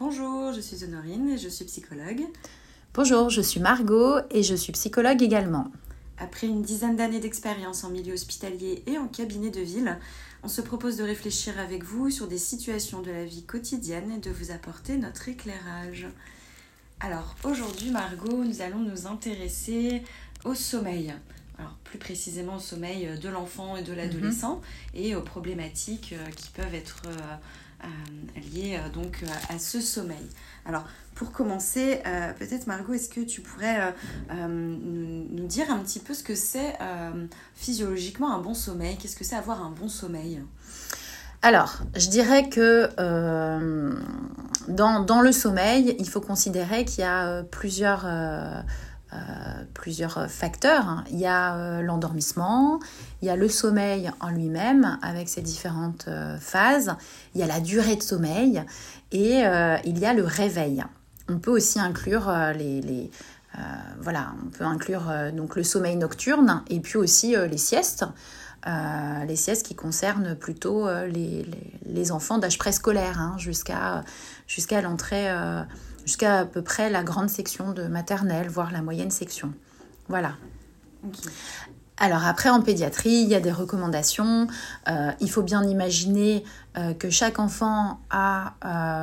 Bonjour, je suis Honorine et je suis psychologue. Bonjour, je suis Margot et je suis psychologue également. Après une dizaine d'années d'expérience en milieu hospitalier et en cabinet de ville, on se propose de réfléchir avec vous sur des situations de la vie quotidienne et de vous apporter notre éclairage. Alors aujourd'hui, Margot, nous allons nous intéresser au sommeil. Alors plus précisément au sommeil de l'enfant et de l'adolescent et aux problématiques qui peuvent être liées donc à ce sommeil. Alors pour commencer, peut-être Margot, est-ce que tu pourrais nous dire un petit peu ce que c'est physiologiquement un bon sommeil? Qu'est-ce que c'est avoir un bon sommeil? Alors, je dirais que dans le sommeil, il faut considérer qu'il y a plusieurs facteurs. Il y a l'endormissement, il y a le sommeil en lui-même avec ses différentes phases, il y a la durée de sommeil et il y a le réveil. On peut aussi inclure on peut inclure donc le sommeil nocturne et puis aussi les siestes. Les siestes qui concernent plutôt les enfants d'âge préscolaire jusqu'à l'entrée, jusqu'à à peu près la grande section de maternelle, voire la moyenne section. Voilà. Okay. Alors après, en pédiatrie, il y a des recommandations. Il faut bien imaginer que chaque enfant a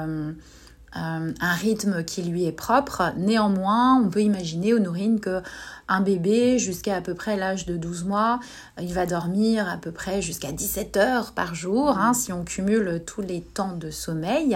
un rythme qui lui est propre. Néanmoins, on peut imaginer, Honorine, qu'un bébé, jusqu'à à peu près l'âge de 12 mois, il va dormir à peu près jusqu'à 17 heures par jour, si on cumule tous les temps de sommeil.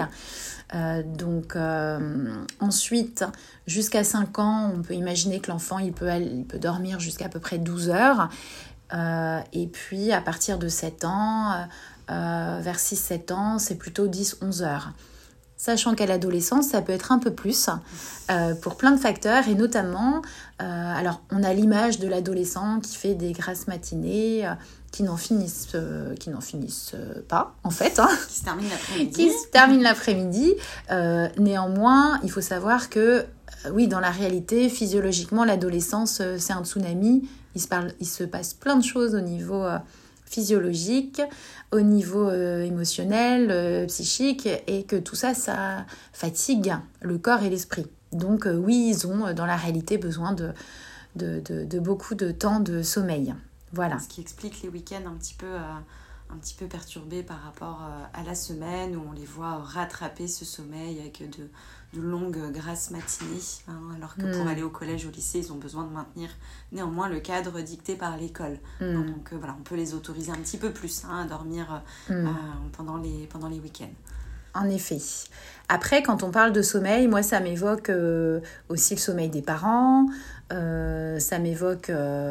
Ensuite, jusqu'à 5 ans, on peut imaginer que l'enfant il peut dormir jusqu'à à peu près 12 heures. Et puis, à partir de 7 ans, vers 6-7 ans, c'est plutôt 10-11 heures. Sachant qu'à l'adolescence, ça peut être un peu plus pour plein de facteurs et notamment, alors on a l'image de l'adolescent qui fait des grasses matinées qui n'en finissent pas en fait. Qui se terminent l'après-midi. Qui se terminent l'après-midi. Néanmoins, il faut savoir que oui, dans la réalité, physiologiquement, l'adolescence, c'est un tsunami. Il se passe plein de choses au niveau physiologique, au niveau émotionnel, psychique, et que tout ça, ça fatigue le corps et l'esprit. Donc oui, ils ont dans la réalité besoin de beaucoup de temps de sommeil. Voilà. Ce qui explique les week-ends un petit peu perturbés par rapport à la semaine, où on les voit rattraper ce sommeil avec de longues grasses matinées, alors que pour aller au collège, au lycée, ils ont besoin de maintenir néanmoins le cadre dicté par l'école. Donc on peut les autoriser un petit peu plus à dormir pendant les week-ends. En effet. Après, quand on parle de sommeil, moi, ça m'évoque aussi le sommeil des parents. Ça m'évoque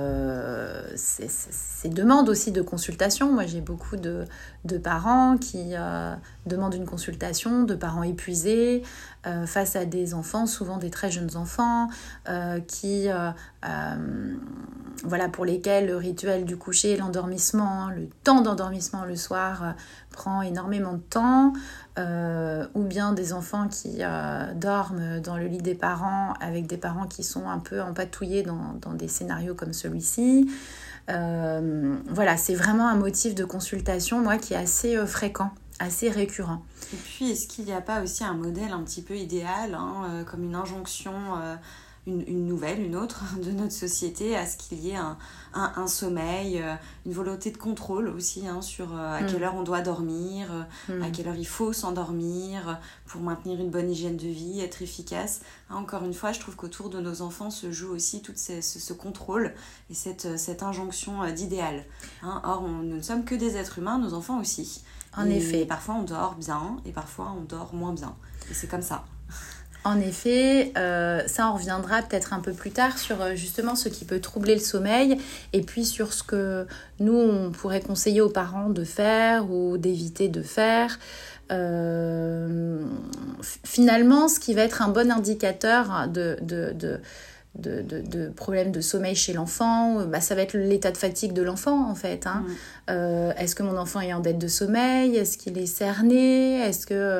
ces demandes aussi de consultation. Moi, j'ai beaucoup de parents qui demandent une consultation, de parents épuisés face à des enfants, souvent des très jeunes enfants, pour lesquels le rituel du coucher, l'endormissement, le temps d'endormissement le soir prend énormément de temps, ou bien des enfants qui dorment dans le lit des parents avec des parents qui sont un peu empatouillés dans des scénarios comme celui-ci. C'est vraiment un motif de consultation, moi, qui est assez fréquent, assez récurrent. Et puis, est-ce qu'il n'y a pas aussi un modèle un petit peu idéal, comme une injonction, une autre de notre société, à ce qu'il y ait un sommeil, une volonté de contrôle aussi sur à quelle heure on doit dormir, à quelle heure il faut s'endormir pour maintenir une bonne hygiène de vie, être efficace. Encore une fois, je trouve qu'autour de nos enfants se joue aussi tout ce contrôle et cette injonction d'idéal. Or, nous ne sommes que des êtres humains, nos enfants aussi. En effet. Parfois, on dort bien et parfois, on dort moins bien. Et c'est comme ça. En effet, ça on reviendra peut-être un peu plus tard sur justement ce qui peut troubler le sommeil et puis sur ce que nous on pourrait conseiller aux parents de faire ou d'éviter de faire. Finalement, ce qui va être un bon indicateur de problèmes de sommeil chez l'enfant, ça va être l'état de fatigue de l'enfant en fait. Est-ce que mon enfant est en dette de sommeil? Est-ce qu'il est cerné? Est-ce que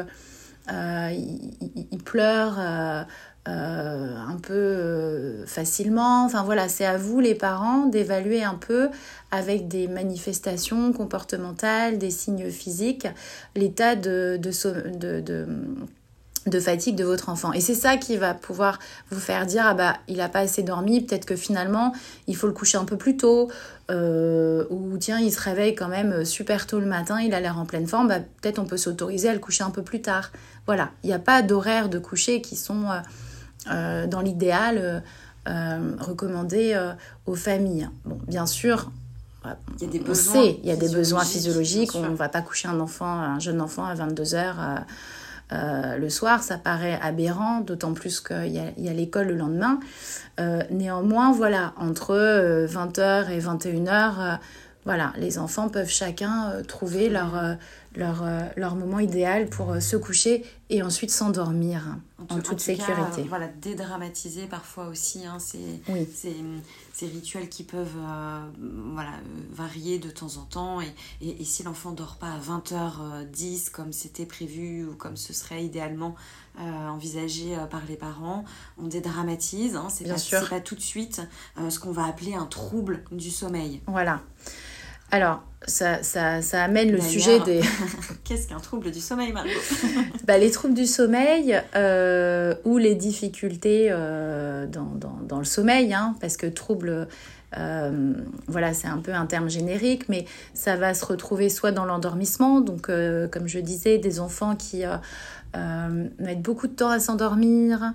il pleure un peu facilement? Enfin voilà, c'est à vous les parents d'évaluer un peu avec des manifestations comportementales, des signes physiques, l'état de fatigue de votre enfant. Et c'est ça qui va pouvoir vous faire dire, ah bah, il n'a pas assez dormi, peut-être que finalement, il faut le coucher un peu plus tôt, ou tiens, il se réveille quand même super tôt le matin, il a l'air en pleine forme, bah, peut-être on peut s'autoriser à le coucher un peu plus tard. Voilà, il n'y a pas d'horaires de coucher qui sont dans l'idéal recommandés aux familles. Bon, bien sûr, il y a des besoins, il y a des besoins physiologiques, on ne va pas coucher un jeune enfant à 22h le soir, ça paraît aberrant, d'autant plus qu'il y a l'école le lendemain. Néanmoins, voilà, entre 20h et 21h, voilà, les enfants peuvent chacun trouver leur moment idéal pour se coucher et ensuite s'endormir en toute sécurité. Voilà, dédramatiser parfois aussi ces rituels qui peuvent varier de temps en temps. Et si l'enfant ne dort pas à 20h10 comme c'était prévu ou comme ce serait idéalement envisagé par les parents, on dédramatise. C'est pas tout de suite ce qu'on va appeler un trouble du sommeil. Voilà. Alors, ça amène le sujet des... Qu'est-ce qu'un trouble du sommeil, Margot? Les troubles du sommeil ou les difficultés dans le sommeil, parce que trouble, c'est un peu un terme générique, mais ça va se retrouver soit dans l'endormissement, donc comme je disais, des enfants qui mettent beaucoup de temps à s'endormir,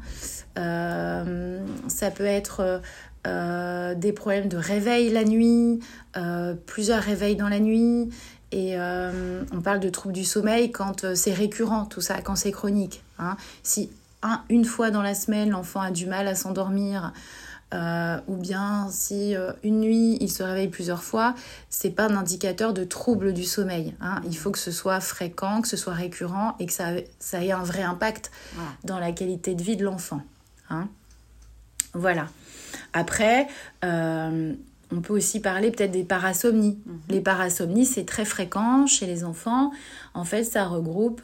ça peut être... des problèmes de réveil la nuit, plusieurs réveils dans la nuit, et on parle de troubles du sommeil quand c'est récurrent, tout ça, quand c'est chronique. Si une fois dans la semaine l'enfant a du mal à s'endormir, ou bien si une nuit il se réveille plusieurs fois, c'est pas un indicateur de trouble du sommeil. Il faut que ce soit fréquent, que ce soit récurrent et que ça ait un vrai impact dans la qualité de vie de l'enfant. Voilà. Après, on peut aussi parler peut-être des parasomnies. Les parasomnies, c'est très fréquent chez les enfants. En fait, ça regroupe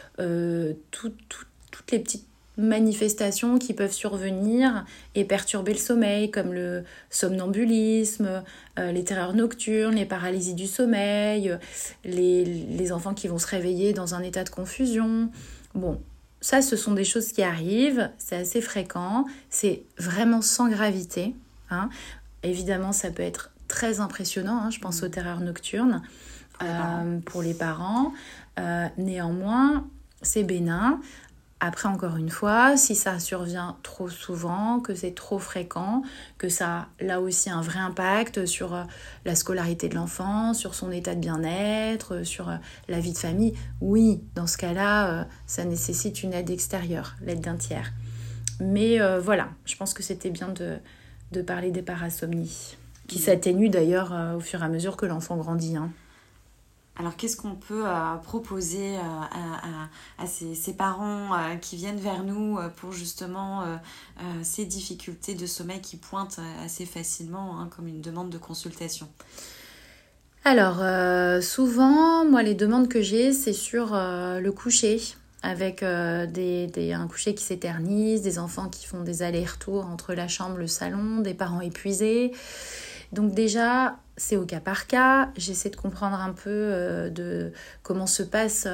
toutes les petites manifestations qui peuvent survenir et perturber le sommeil, comme le somnambulisme, les terreurs nocturnes, les paralysies du sommeil, les enfants qui vont se réveiller dans un état de confusion. Bon, ça, ce sont des choses qui arrivent, c'est assez fréquent, c'est vraiment sans gravité. Évidemment, ça peut être très impressionnant, je pense aux terreurs nocturnes pour les parents. Néanmoins, c'est bénin. Après, encore une fois, si ça survient trop souvent, que c'est trop fréquent, que ça a là aussi un vrai impact sur la scolarité de l'enfant, sur son état de bien-être, sur la vie de famille, oui, dans ce cas-là, ça nécessite une aide extérieure, l'aide d'un tiers. Mais voilà, je pense que c'était bien de parler des parasomnies, qui s'atténuent d'ailleurs au fur et à mesure que l'enfant grandit. Alors, qu'est-ce qu'on peut proposer à ces parents qui viennent vers nous pour justement ces difficultés de sommeil qui pointent assez facilement comme une demande de consultation? Alors, souvent, moi, les demandes que j'ai, c'est sur le coucher, avec un coucher qui s'éternise, des enfants qui font des allers-retours entre la chambre et le salon, des parents épuisés. Donc déjà, c'est au cas par cas. J'essaie de comprendre un peu de comment se passe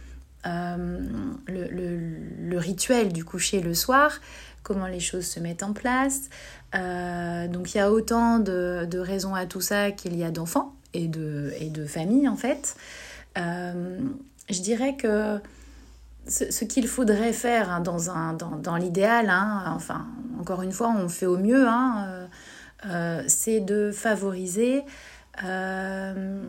le rituel du coucher le soir, comment les choses se mettent en place. Donc il y a autant de raisons à tout ça qu'il y a d'enfants et de familles en fait. Je dirais que ce qu'il faudrait faire dans l'idéal, enfin encore une fois on fait au mieux, c'est de favoriser un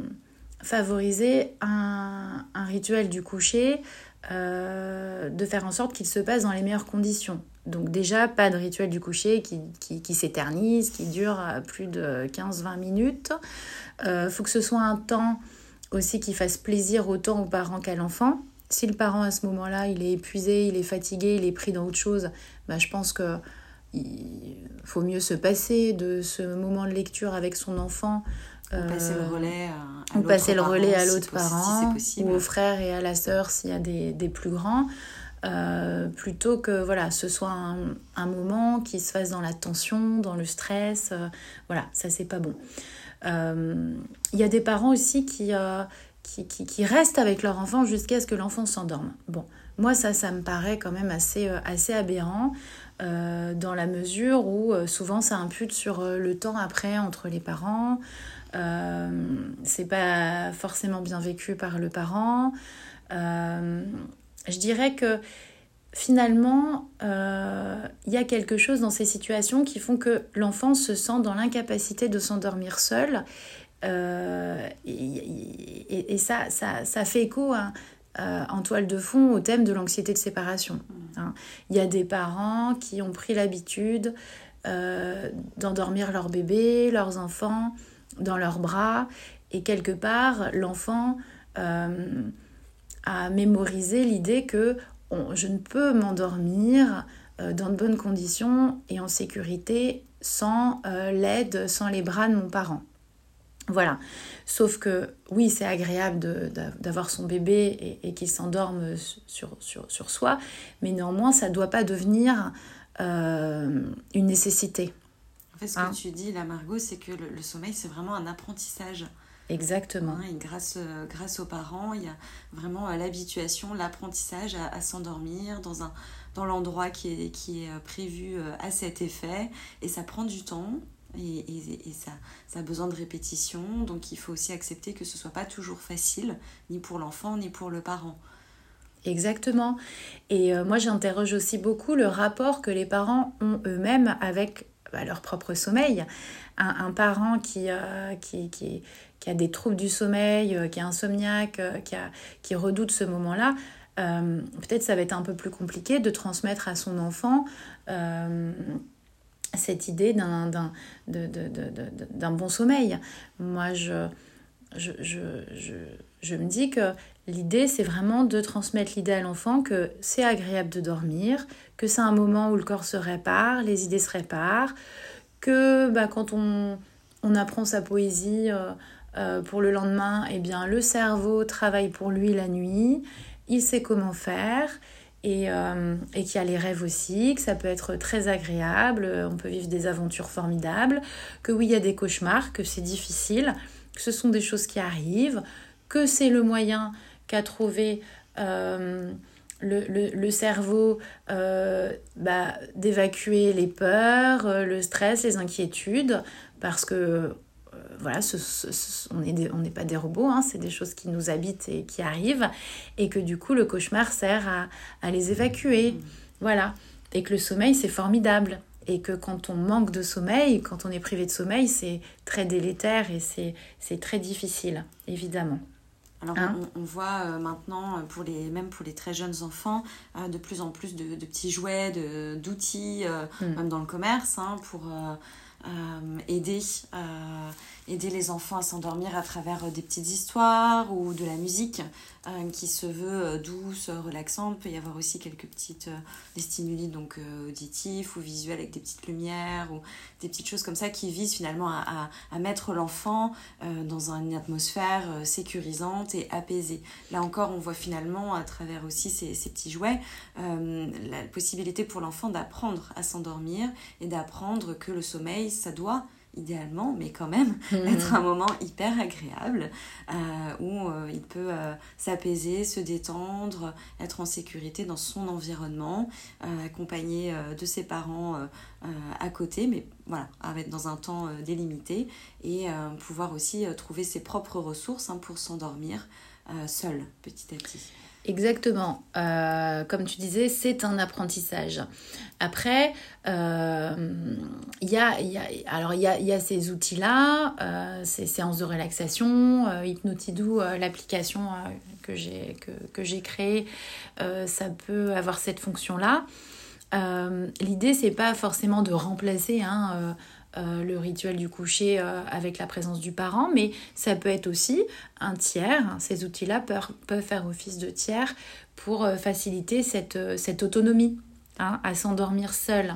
rituel du coucher, de faire en sorte qu'il se passe dans les meilleures conditions. Donc déjà, pas de rituel du coucher qui s'éternise, qui dure plus de 15-20 minutes. Faut que ce soit un temps aussi qui fasse plaisir autant aux parents qu'à l'enfant. Si le parent à ce moment-là, il est épuisé, il est fatigué, il est pris dans autre chose, je pense que il faut mieux se passer de ce moment de lecture avec son enfant. Passer le relais à l'autre parent, ou au frère et à la sœur s'il y a des plus grands, plutôt que ce soit un moment qui se fasse dans la tension, dans le stress. Ça c'est pas bon. Il y a des parents aussi qui qui restent avec leur enfant jusqu'à ce que l'enfant s'endorme. Bon, moi ça me paraît quand même assez aberrant, dans la mesure où souvent ça impute sur le temps après entre les parents. C'est pas forcément bien vécu par le parent. Je dirais que finalement, il y a quelque chose dans ces situations qui font que l'enfant se sent dans l'incapacité de s'endormir seul. Et ça fait écho en toile de fond au thème de l'anxiété de séparation. Hein. Il y a des parents qui ont pris l'habitude d'endormir leur bébé, leurs enfants dans leurs bras, et quelque part l'enfant a mémorisé l'idée que je ne peux m'endormir dans de bonnes conditions et en sécurité sans l'aide, sans les bras de mon parent. Voilà, sauf que oui, c'est agréable d'avoir son bébé et qu'il s'endorme sur soi, mais néanmoins, ça ne doit pas devenir une nécessité. En fait, ce que tu dis là, Margot, c'est que le sommeil, c'est vraiment un apprentissage. Exactement. Et grâce aux parents, il y a vraiment l'habituation, l'apprentissage à s'endormir dans l'endroit qui est prévu à cet effet, et ça prend du temps. Et ça a besoin de répétition, donc il faut aussi accepter que ce ne soit pas toujours facile, ni pour l'enfant, ni pour le parent. Exactement. Et moi, j'interroge aussi beaucoup le rapport que les parents ont eux-mêmes avec leur propre sommeil. Un parent qui a des troubles du sommeil, qui est insomniaque, qui redoute ce moment-là, peut-être ça va être un peu plus compliqué de transmettre à son enfant cette idée d'un bon sommeil. Moi, je me dis que l'idée, c'est vraiment de transmettre l'idée à l'enfant que c'est agréable de dormir, que c'est un moment où le corps se répare, les idées se réparent, que quand on apprend sa poésie pour le lendemain, eh bien, le cerveau travaille pour lui la nuit, il sait comment faire. Et qu'il y a les rêves aussi, que ça peut être très agréable, on peut vivre des aventures formidables, que oui, il y a des cauchemars, que c'est difficile, que ce sont des choses qui arrivent, que c'est le moyen qu'a trouvé le cerveau d'évacuer les peurs, le stress, les inquiétudes, parce que voilà, on n'est pas des robots, hein, c'est des choses qui nous habitent et qui arrivent, et que du coup le cauchemar sert à les évacuer. Voilà. Et que le sommeil, c'est formidable, et que quand on manque de sommeil, quand on est privé de sommeil, c'est très délétère et c'est très difficile, évidemment. Alors on voit maintenant, même pour les très jeunes enfants, de plus en plus de petits jouets, d'outils, même dans le commerce, pour aider les enfants à s'endormir à travers des petites histoires ou de la musique qui se veut douce, relaxante. Il peut y avoir aussi quelques des stimuli auditifs ou visuels avec des petites lumières ou des petites choses comme ça qui visent finalement à mettre l'enfant dans une atmosphère sécurisante et apaisée. Là encore, on voit finalement à travers aussi ces petits jouets la possibilité pour l'enfant d'apprendre à s'endormir et d'apprendre que le sommeil, ça doit idéalement, mais quand même, être un moment hyper agréable où il peut s'apaiser, se détendre, être en sécurité dans son environnement, accompagné de ses parents à côté, mais voilà, être dans un temps délimité et pouvoir aussi trouver ses propres ressources pour s'endormir seul, petit à petit. Exactement. Comme tu disais, c'est un apprentissage. Après, il y a ces outils-là, ces séances de relaxation, Hypnotidou, l'application que j'ai créée, ça peut avoir cette fonction-là. L'idée, c'est pas forcément de remplacer le rituel du coucher avec la présence du parent, mais ça peut être aussi un tiers. Ces outils-là peuvent faire office de tiers pour faciliter cette autonomie à s'endormir seul.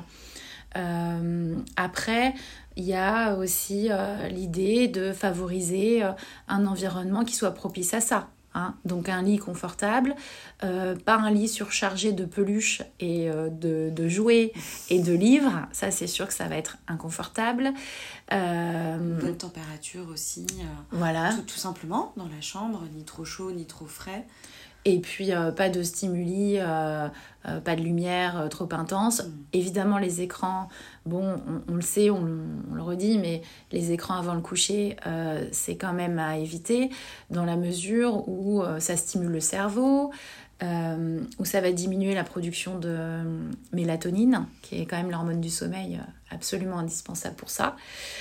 Après, il y a aussi l'idée de favoriser un environnement qui soit propice à ça. Hein, donc un lit confortable, pas un lit surchargé de peluches et de jouets et de livres, ça c'est sûr que ça va être inconfortable. Bonne température aussi, voilà. tout simplement dans la chambre, ni trop chaud ni trop frais. Et puis pas de stimuli, pas de lumière trop intense. Évidemment les écrans, bon on le sait, on le redit, mais les écrans avant le coucher, c'est quand même à éviter dans la mesure où ça stimule le cerveau, où ça va diminuer la production de mélatonine, qui est quand même l'hormone du sommeil absolument indispensable pour ça.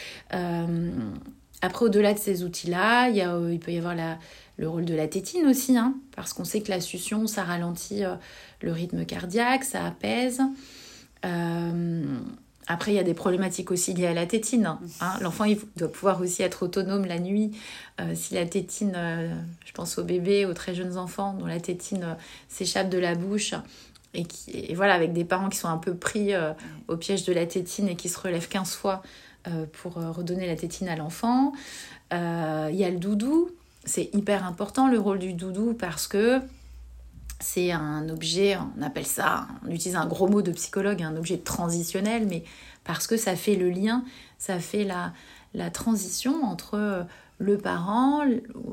Après, au-delà de ces outils-là, il peut y avoir le rôle de la tétine aussi, hein, parce qu'on sait que la succion, ça ralentit le rythme cardiaque, ça apaise. Après, il y a des problématiques aussi liées à la tétine. Hein. L'enfant, il doit pouvoir aussi être autonome la nuit. Si la tétine, je pense aux bébés, aux très jeunes enfants, dont la tétine s'échappe de la bouche, et voilà, avec des parents qui sont un peu pris au piège de la tétine et qui se relèvent 15 fois pour redonner la tétine à l'enfant. Il y a le doudou. C'est hyper important le rôle du doudou parce que c'est un objet, on appelle ça, on utilise un gros mot de psychologue, un objet transitionnel, mais parce que ça fait le lien, ça fait la transition entre le parent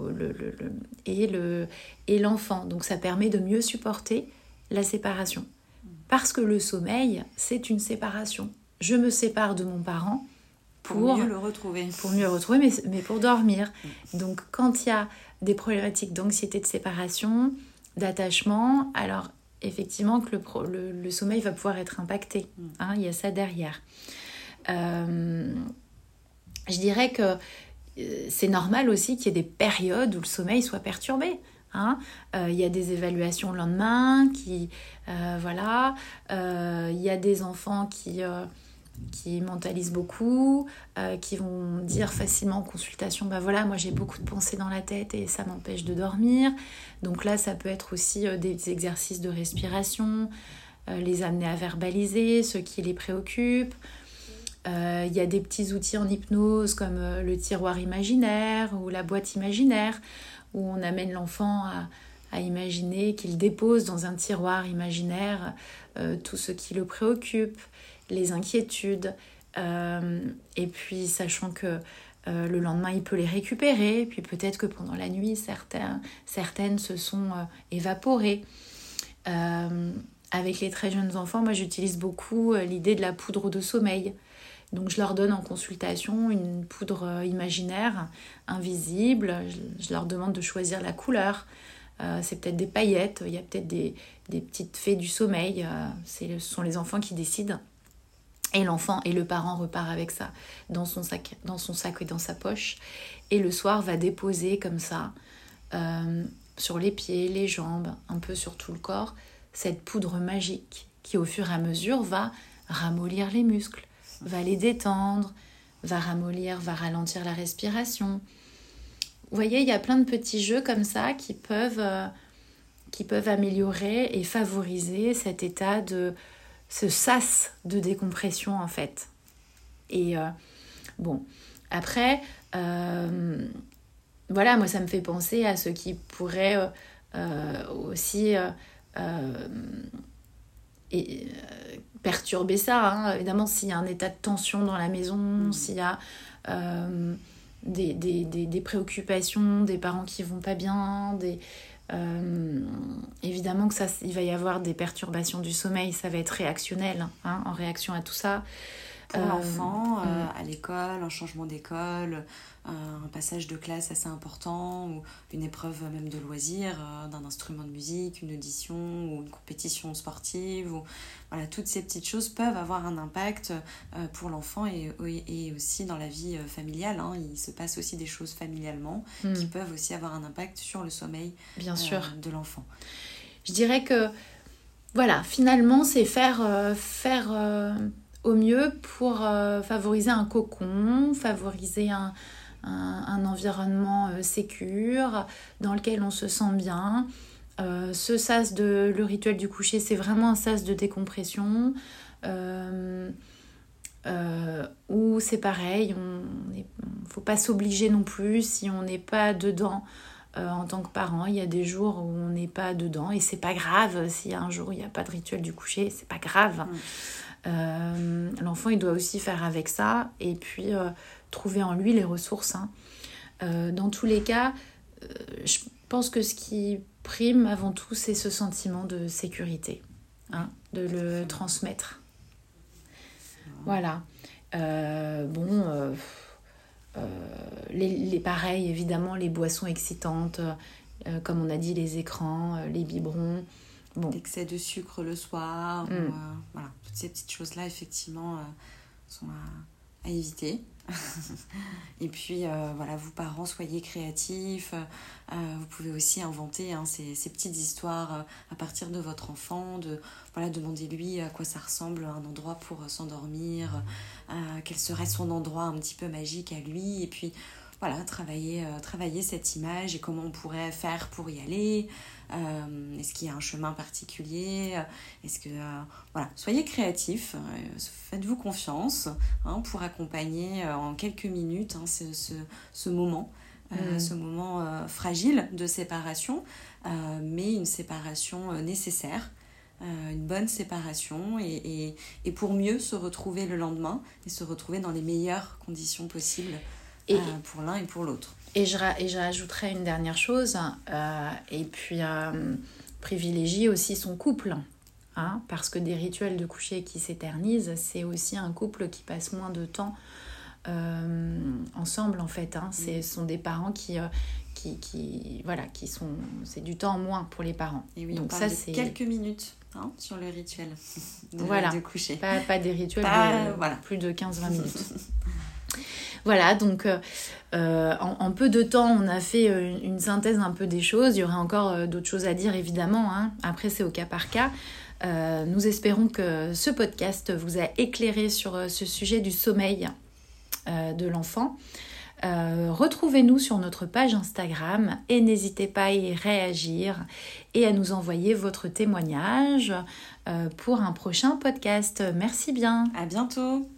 et l'enfant. Donc ça permet de mieux supporter la séparation. Parce que le sommeil, c'est une séparation. Je me sépare de mon parent pour mieux le retrouver. Pour mieux le retrouver, mais pour dormir. Donc quand il y a des problématiques d'anxiété de séparation, d'attachement, alors effectivement que le sommeil va pouvoir être impacté. Hein, il y a ça derrière. Je dirais que c'est normal aussi qu'il y ait des périodes où le sommeil soit perturbé. Hein. Il y a des évaluations le lendemain, voilà. Il y a des enfants qui mentalisent beaucoup, qui vont dire facilement en consultation, bah voilà, moi j'ai beaucoup de pensées dans la tête et ça m'empêche de dormir. Donc là, ça peut être aussi des exercices de respiration, les amener à verbaliser ce qui les préoccupe. Il y a des petits outils en hypnose comme le tiroir imaginaire ou la boîte imaginaire, où on amène l'enfant à imaginer qu'il dépose dans un tiroir imaginaire tout ce qui le préoccupe, les inquiétudes, et puis sachant que le lendemain il peut les récupérer, puis peut-être que pendant la nuit certaines se sont évaporées. Avec les très jeunes enfants, moi j'utilise beaucoup l'idée de la poudre de sommeil. Donc je leur donne en consultation une poudre imaginaire, invisible, je leur demande de choisir la couleur. C'est peut-être des paillettes, il y a peut-être des petites fées du sommeil, ce sont les enfants qui décident. Et l'enfant et le parent repart avec ça dans son sac et dans sa poche. Et le soir va déposer comme ça, sur les pieds, les jambes, un peu sur tout le corps, cette poudre magique qui au fur et à mesure va ramollir les muscles, va les détendre, va ramollir, va ralentir la respiration. Vous voyez, il y a plein de petits jeux comme ça qui peuvent améliorer et favoriser cet état ce sas de décompression en fait. Et bon, après, voilà, moi ça me fait penser à ce qui pourrait aussi perturber ça. Hein. Évidemment, s'il y a un état de tension dans la maison, s'il y a des préoccupations, des parents qui vont pas bien, évidemment que il va y avoir des perturbations du sommeil, ça va être réactionnel, hein, en réaction à tout ça. Pour l'enfant, à l'école, un changement d'école, un passage de classe assez important, ou une épreuve même de loisir, d'un instrument de musique, une audition ou une compétition sportive. Voilà, toutes ces petites choses peuvent avoir un impact pour l'enfant et aussi dans la vie familiale. Hein. Il se passe aussi des choses familialement qui peuvent aussi avoir un impact sur le sommeil bien sûr. De l'enfant. Je dirais que, voilà, finalement, c'est faire au mieux pour favoriser un cocon, favoriser un environnement sécure dans lequel on se sent bien. Le rituel du coucher, c'est vraiment un sas de décompression où c'est pareil, faut pas s'obliger non plus si on n'est pas dedans En tant que parent, il y a des jours où on n'est pas dedans et c'est pas grave. S'il y a un jour où il n'y a pas de rituel du coucher, c'est pas grave. L'enfant, il doit aussi faire avec ça et puis trouver en lui les ressources. Dans tous les cas, je pense que ce qui prime avant tout, c'est ce sentiment de sécurité, de le transmettre. Voilà. Pareil, évidemment, les boissons excitantes, comme on a dit, les écrans, les biberons. L'excès de sucre le soir, voilà, toutes ces petites choses-là, effectivement, sont à éviter. Et puis, vous parents, soyez créatifs. Vous pouvez aussi inventer ces petites histoires à partir de votre enfant. Demandez-lui à quoi ça ressemble un endroit pour s'endormir, quel serait son endroit un petit peu magique à lui. Et puis, travailler cette image et comment on pourrait faire pour y aller. Est-ce qu'il y a un chemin particulier? Est-ce que soyez créatifs, faites-vous confiance pour accompagner en quelques minutes ce moment, ce moment fragile de séparation, mais une séparation nécessaire, une bonne séparation et pour mieux se retrouver le lendemain et se retrouver dans les meilleures conditions possibles pour l'un et pour l'autre. Et je rajouterais une dernière chose, privilégier aussi son couple, parce que des rituels de coucher qui s'éternisent, c'est aussi un couple qui passe moins de temps ensemble en fait. Ce sont des parents qui sont, c'est du temps en moins pour les parents. Et oui, donc on parle de quelques minutes sur le rituel de coucher. Pas des rituels de plus de 15-20 minutes. Voilà, donc en peu de temps, on a fait une synthèse un peu des choses. Il y aurait encore d'autres choses à dire, évidemment. Après, c'est au cas par cas. Nous espérons que ce podcast vous a éclairé sur ce sujet du sommeil de l'enfant. Retrouvez-nous sur notre page Instagram et n'hésitez pas à y réagir et à nous envoyer votre témoignage pour un prochain podcast. Merci bien. À bientôt.